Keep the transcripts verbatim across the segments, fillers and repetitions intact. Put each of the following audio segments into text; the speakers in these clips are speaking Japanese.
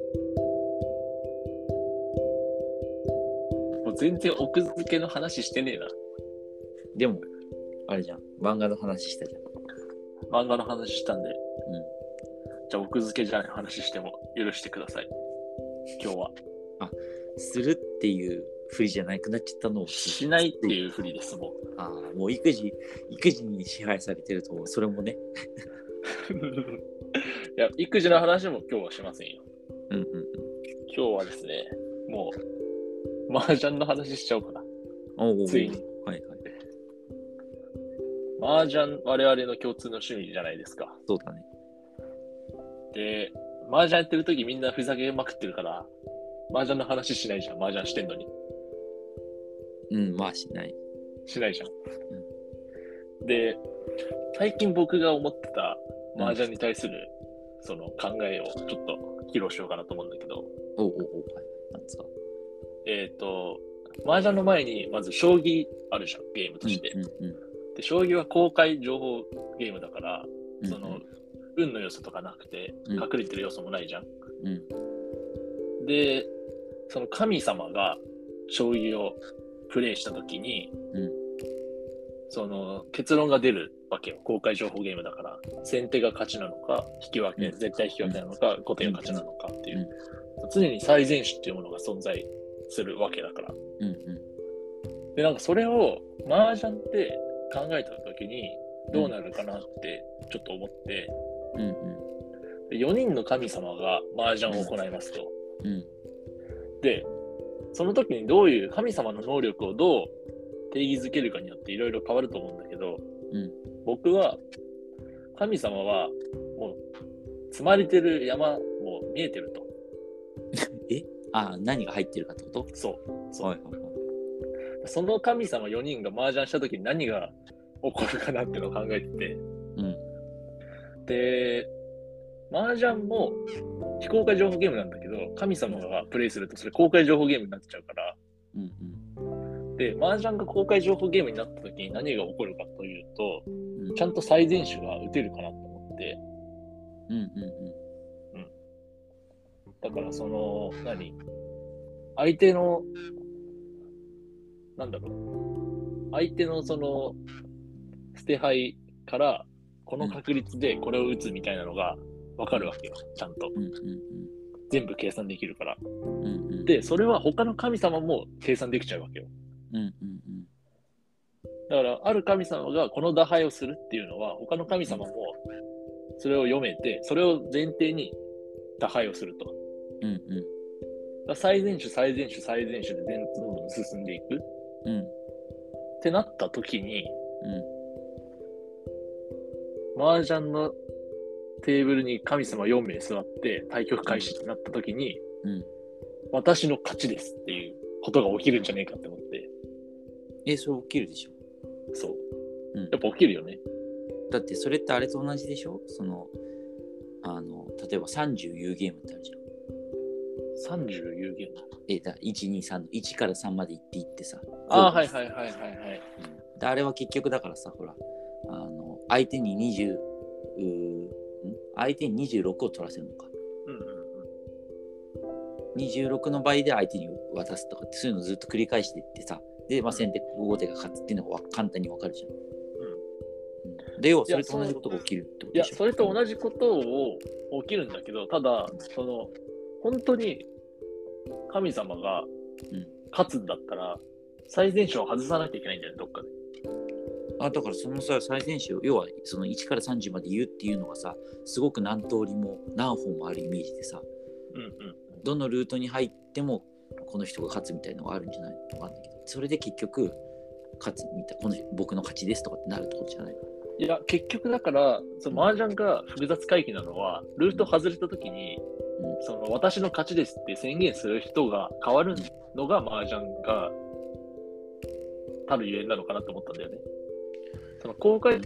もう全然奥付けの話してねえな。 でも、あれじゃん。漫画の話したじゃん。 漫画の話したんで。 うん。 じゃあ奥付けじゃない話しても許してください。今日は。 あ、するっていうふりじゃなくなっちゃったのをしないっていうふりですもん。 ああ、もう育児、育児に支配されてると、それもね。 いや、育児の話も今日はしませんよ。 うんうんうん。 今日はですね、もう、麻雀の話しちゃおうかな。 おお、 ついに。 はいはい。 麻雀、我々の共通の趣味じゃないですか。 そうだね。 で、麻雀やってる時みんなふざけまくってるから、麻雀の話しないじゃん、麻雀してんのに。 うん、まあしない。 しないじゃん。うん、で、最近僕が思ってた麻雀に対する、うん、その考えをちょっと披露しようかなと思うんだけど。 おおお、はい。なんですか。 えっ、ー、と、麻雀の前にまず将棋あるじゃん、ゲームとして。 うんうんうん、 で将棋は公開情報ゲームだから、 うんうん、 その運の要素とかなくて、隠れてる要素もないじゃん。うん、で、その神様が将棋をプレイしたときに、うん、その結論が出るわけよ。公開情報ゲームだから、先手が勝ちなのか、引き分け、うん、絶対引き分けなのか、後手が勝ちなのかっていう、うん、常に最善手っていうものが存在するわけだから。うんうん、で、なんかそれを麻雀って考えたときにどうなるかなってちょっと思って、うんうん、よにんの神様が麻雀を行いますと。うん、で、その時にどういう神様の能力をどう定義づけるかによっていろいろ変わると思うんだけど、うん、僕は神様はもう積まれてる山も見えてると。 えあ、何が入ってるかってこと？ そうそう、はいはいはい、その神様よにんが麻雀した時に何が起こるかなっていうのを考えてて、うん、で麻雀も非公開情報ゲームなんだけど、神様がプレイするとそれ公開情報ゲームになっちゃうから、うんうん、で麻雀が公開情報ゲームになった時に何が起こるかというと、うん、ちゃんと最善手が打てるかなと思って、うんうんうんうん、だからその何相手のなんだろう相手のその捨て牌からこの確率でこれを打つみたいなのが分かるわけよ、ちゃんと、うんうんうん、全部計算できるから、うんうん、でそれは他の神様も計算できちゃうわけよ、うんうんうん、だからある神様がこの打牌をするっていうのは他の神様もそれを読めて、それを前提に打牌をすると、うんうん、だ最善手最善手最善手でどんどん進んでいく、うん、ってなった時に、うん、麻雀のテーブルに神様よんめい座って対局開始ってなった時に、うん、私の勝ちですっていうことが起きるんじゃねえかって思って。 え、それ起きるでしょ。 そう、うん、やっぱ起きるよね。 だってそれってあれと同じでしょ。そのあの例えばさんじゅういうゲームってあるじゃん。 さんじゅういうゲームえだいちにさんのいちからさんまで行っていってさ。 ああ、はいはいはいはいはい、 うん、であれは結局だからさ、ほらあの相手ににじゅう相手ににじゅうろくを取らせるのか、うんうんうん、にじゅうろくの倍で相手に渡すとかってそういうのをずっと繰り返していってさ、で、まあ、先手後手が勝つっていうのが簡単に分かるじゃん、うんうん、で要はそれと同じことが起きるってことでしょ。 いや、それと同じことを起きるんだけど、ただその本当に神様が勝つんだったら、うん、最善手を外さなきゃいけないんだよね、どっかで。 あ、だからそのさ、最善手を要はそのいちからさんじゅうまで言うっていうのがさ、すごく何通りも何本もあるイメージでさ、うんうん、どのルートに入ってもこの人が勝つみたいなのがあるんじゃないのかあるんだけど、それで結局勝つみたいな、この僕の勝ちですとかってなるってことじゃないの？ いや、結局だからその麻雀が複雑回帰なのは、ルート外れた時に、うん、その私の勝ちですって宣言する人が変わるのが麻雀がたるゆえんなのかなと思ったんだよね。その公開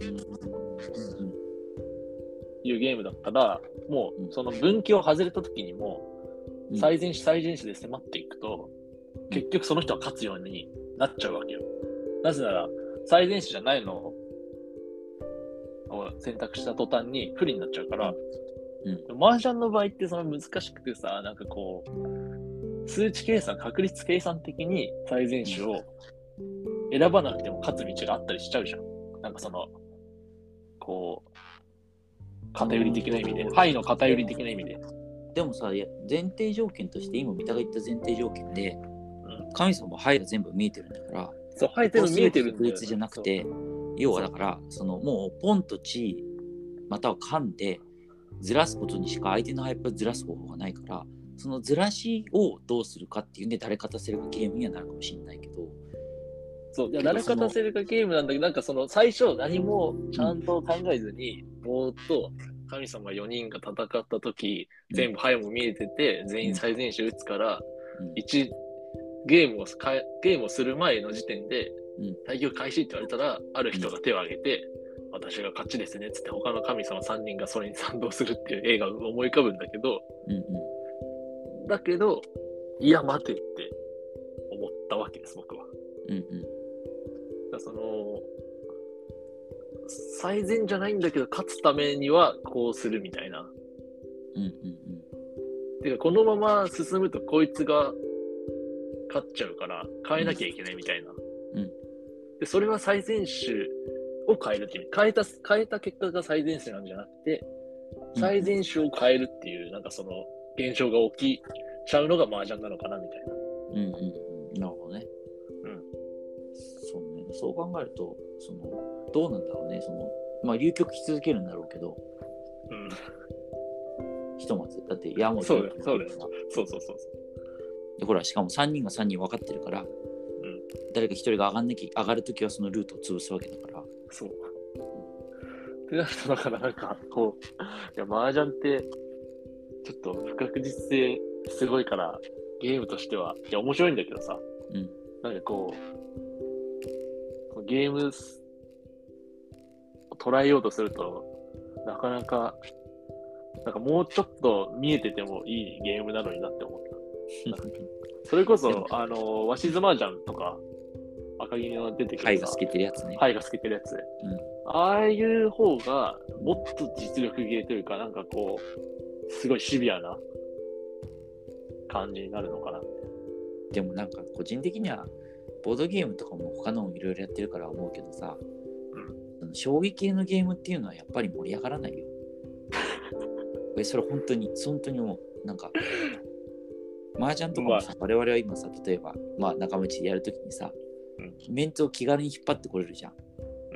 いうゲームだったら、もうその分岐を外れた時にも最善手最善手で迫っていくと、結局その人は勝つようになっちゃうわけよ。なぜなら最善手じゃないのを選択した途端に不利になっちゃうから、 うん、 麻雀の場合ってその難しくてさ、なんかこう、数値計算、確率計算的に最善手を選ばなくても勝つ道があったりしちゃうじゃん。なんかその、こう、偏り的な意味で、牌の偏り的な意味で。 でもさ、いや前提条件として、今三田が言った前提条件で、うん、神様も牌が全部見えてるんだから、 そう、牌全部見えてるんだよ。 確率じゃなくて、要はだから、そのもうポンと地、または勘でずらすことにしか相手のハイパーずらす方法がないから、そのずらしをどうするかっていうんで誰勝たせるかゲームにはなるかもしれないけど、 そう、いや誰勝たせるかゲームなんだけど、なんかその最初何もちゃんと考えずに、ぼーっと神様よにんが戦った時、うん、全部牌も見えてて、全員最善手打つから、うん、いちゲームをゲームをする前の時点で、対局開始って言われたら、ある人が手を挙げて、うん、私が勝ちですねっつって他の神様さんにんがそれに賛同するっていう映画を思い浮かぶんだけど、うんうん、だけどいや待てって思ったわけです僕は。うんうん、だその最善じゃないんだけど勝つためにはこうするみたいな。うんうんうん、てかこのまま進むとこいつが勝っちゃうから変えなきゃいけないみたいな。うん、でそれは最善手を変えるっていう変えた変えた結果が最善手なんじゃなくて最善手を変えるっていう、うん、なんかその現象が起きちゃうのが麻雀なのかなみたいな。 うんうんうん、なるほどね。うん。そうね。そう考えるとそのどうなんだろうね。そのまあ流局し続けるんだろうけど。うん。ひとまずだって山本そうですそうですそうそうそうそう。 でほらしかもさんにんがさんにん分かってるから。誰か一人が上がんなきゃ上がるときはそのルートを潰すわけだから。 そう。ってなるとだからなんかこういや麻雀ってちょっと不確実性すごいからゲームとしてはいや面白いんだけどさ、うん、なんかこうゲームを捉えようとするとなかなかなんかもうちょっと見えててもいいゲームなのになって思った。それこそあの鷲津麻雀とか。赤木の出てくる牌が透けてるやつね。 牌が透けてるやつ。うん、ああいう方がもっと実力ゲーというか、なんかこう、すごいシビアな感じになるのかなって。 でもなんか個人的には、ボードゲームとかも他のもいろいろやってるから思うけどさ、うん、将棋系のゲームっていうのはやっぱり盛り上がらないよ。それ本当に、本当に思う。なんか、麻雀とかもさ、まあ、我々は今さ、例えば、まあ仲間内でやるときにさ、うん、メンツを気軽に引っ張ってこれるじゃん。うん、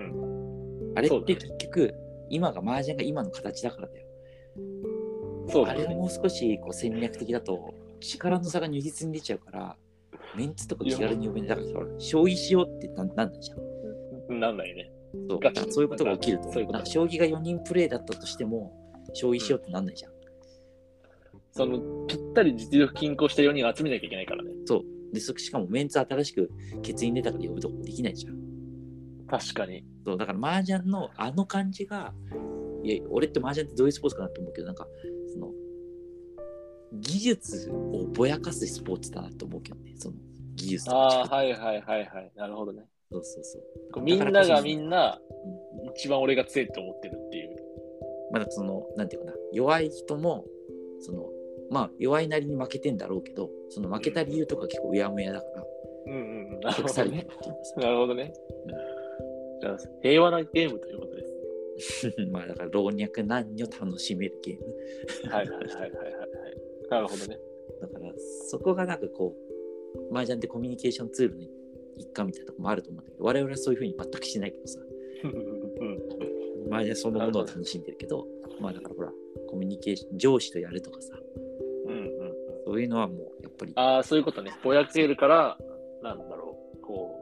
あれって結局、ね、今が麻雀が今の形だからだよ。そうだね、あれをもう少しこう戦略的だと力の差が如実に出ちゃうから、メンツとか気軽に呼べない。だから将棋しようってな、なんないじゃん。 なんないね。 そうだからそういうことが起きると。そういうこと。将棋がよにんプレイだったとしても、将棋しようってなんないじゃん。うん、 そのぴったり実力均衡したよにん集めなきゃいけないからね。 そう。でしかもメンツ新しく欠員出たから呼ぶとこもできないじゃん。 確かに。 そうだから麻雀のあの感じが、いや俺って麻雀ってどういうスポーツかなと思うけど、なんかその技術をぼやかすスポーツだなと思うけどね、その技術とか。 ああ、はいはいはいはい。なるほどね。 そうそうそう。 みんながみんな、うん、一番俺が強いと思ってるっていう。 まだその、なんていうかな、弱い人も、その、まあ弱いなりに負けてんだろうけど、その負けた理由とか結構うやむやだから、 うんうんうん、なるほどね。なるほどね。うん、じゃあ平和なゲームということですね。まあだから老若男女楽しめるゲーム。はいはいはいはいはい。なるほどね。 だからそこがなんかこう、麻雀ってコミュニケーションツールの一環みたいなとこもあると思うんだけど、我々はそういうふうに全くしないけどさ。うん、麻雀そのものを楽しんでるけど、まあだからほら、コミュニケーション、上司とやるとかさ。そういうのはもうやっぱり。 ああ、そういうことね。ぼやけるから、なんだろう、こ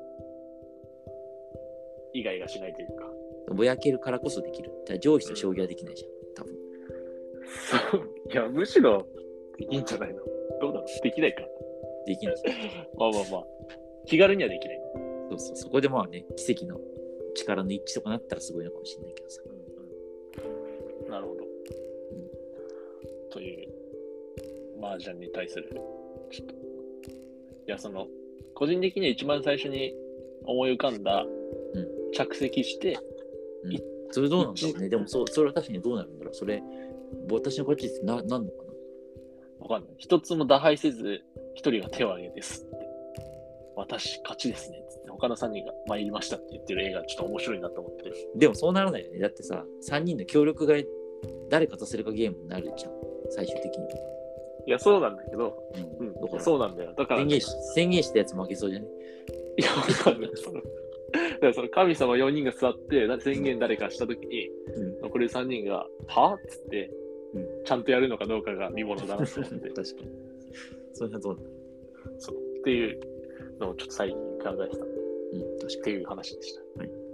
う、イガイガしないというか。 ぼやけるからこそできる。だから上司と将棋はできないじゃん、多分。 そう。いや、むしろできんじゃないの。どうだろう、できないか。 できない。 まあまあまあ。気軽にはできない。 そうそう、そこでまあね、奇跡の力の一致とかなったらすごいのかもしれないけどさ。 うんうん、なるほど。うん、という。麻雀に対するちょっといやその個人的には一番最初に思い浮かんだ、うん、着席して、 うん、それどうなんだろうね。でもそそれは確かにどうなるんだろう。それ私の勝ちってな、なんのかな。 わかんない。一つも打敗せず、一人が手を挙げてすって。私、勝ちですねってって他のさんにんが参りましたって言ってる映画、ちょっと面白いなと思って。 でもそうならないよね。だってさ、さんにんの協力が誰かとするかゲームになるじゃん、最終的には。 いや、そうなんだけど、 うん、だからそうなんだよ。だから、 宣言し、宣言したやつ負けそうじゃね。 いや、わかんない。そのだからその神様よにんが座って、宣言誰かしたときに、うん、残りさんにんが、はっつって、うん、ちゃんとやるのかどうかが見ものだなと思って。 確かに。それはどうだそう。っていうのをちょっと最近考えてた。 うん、確かに。 っていう話でした。 はい。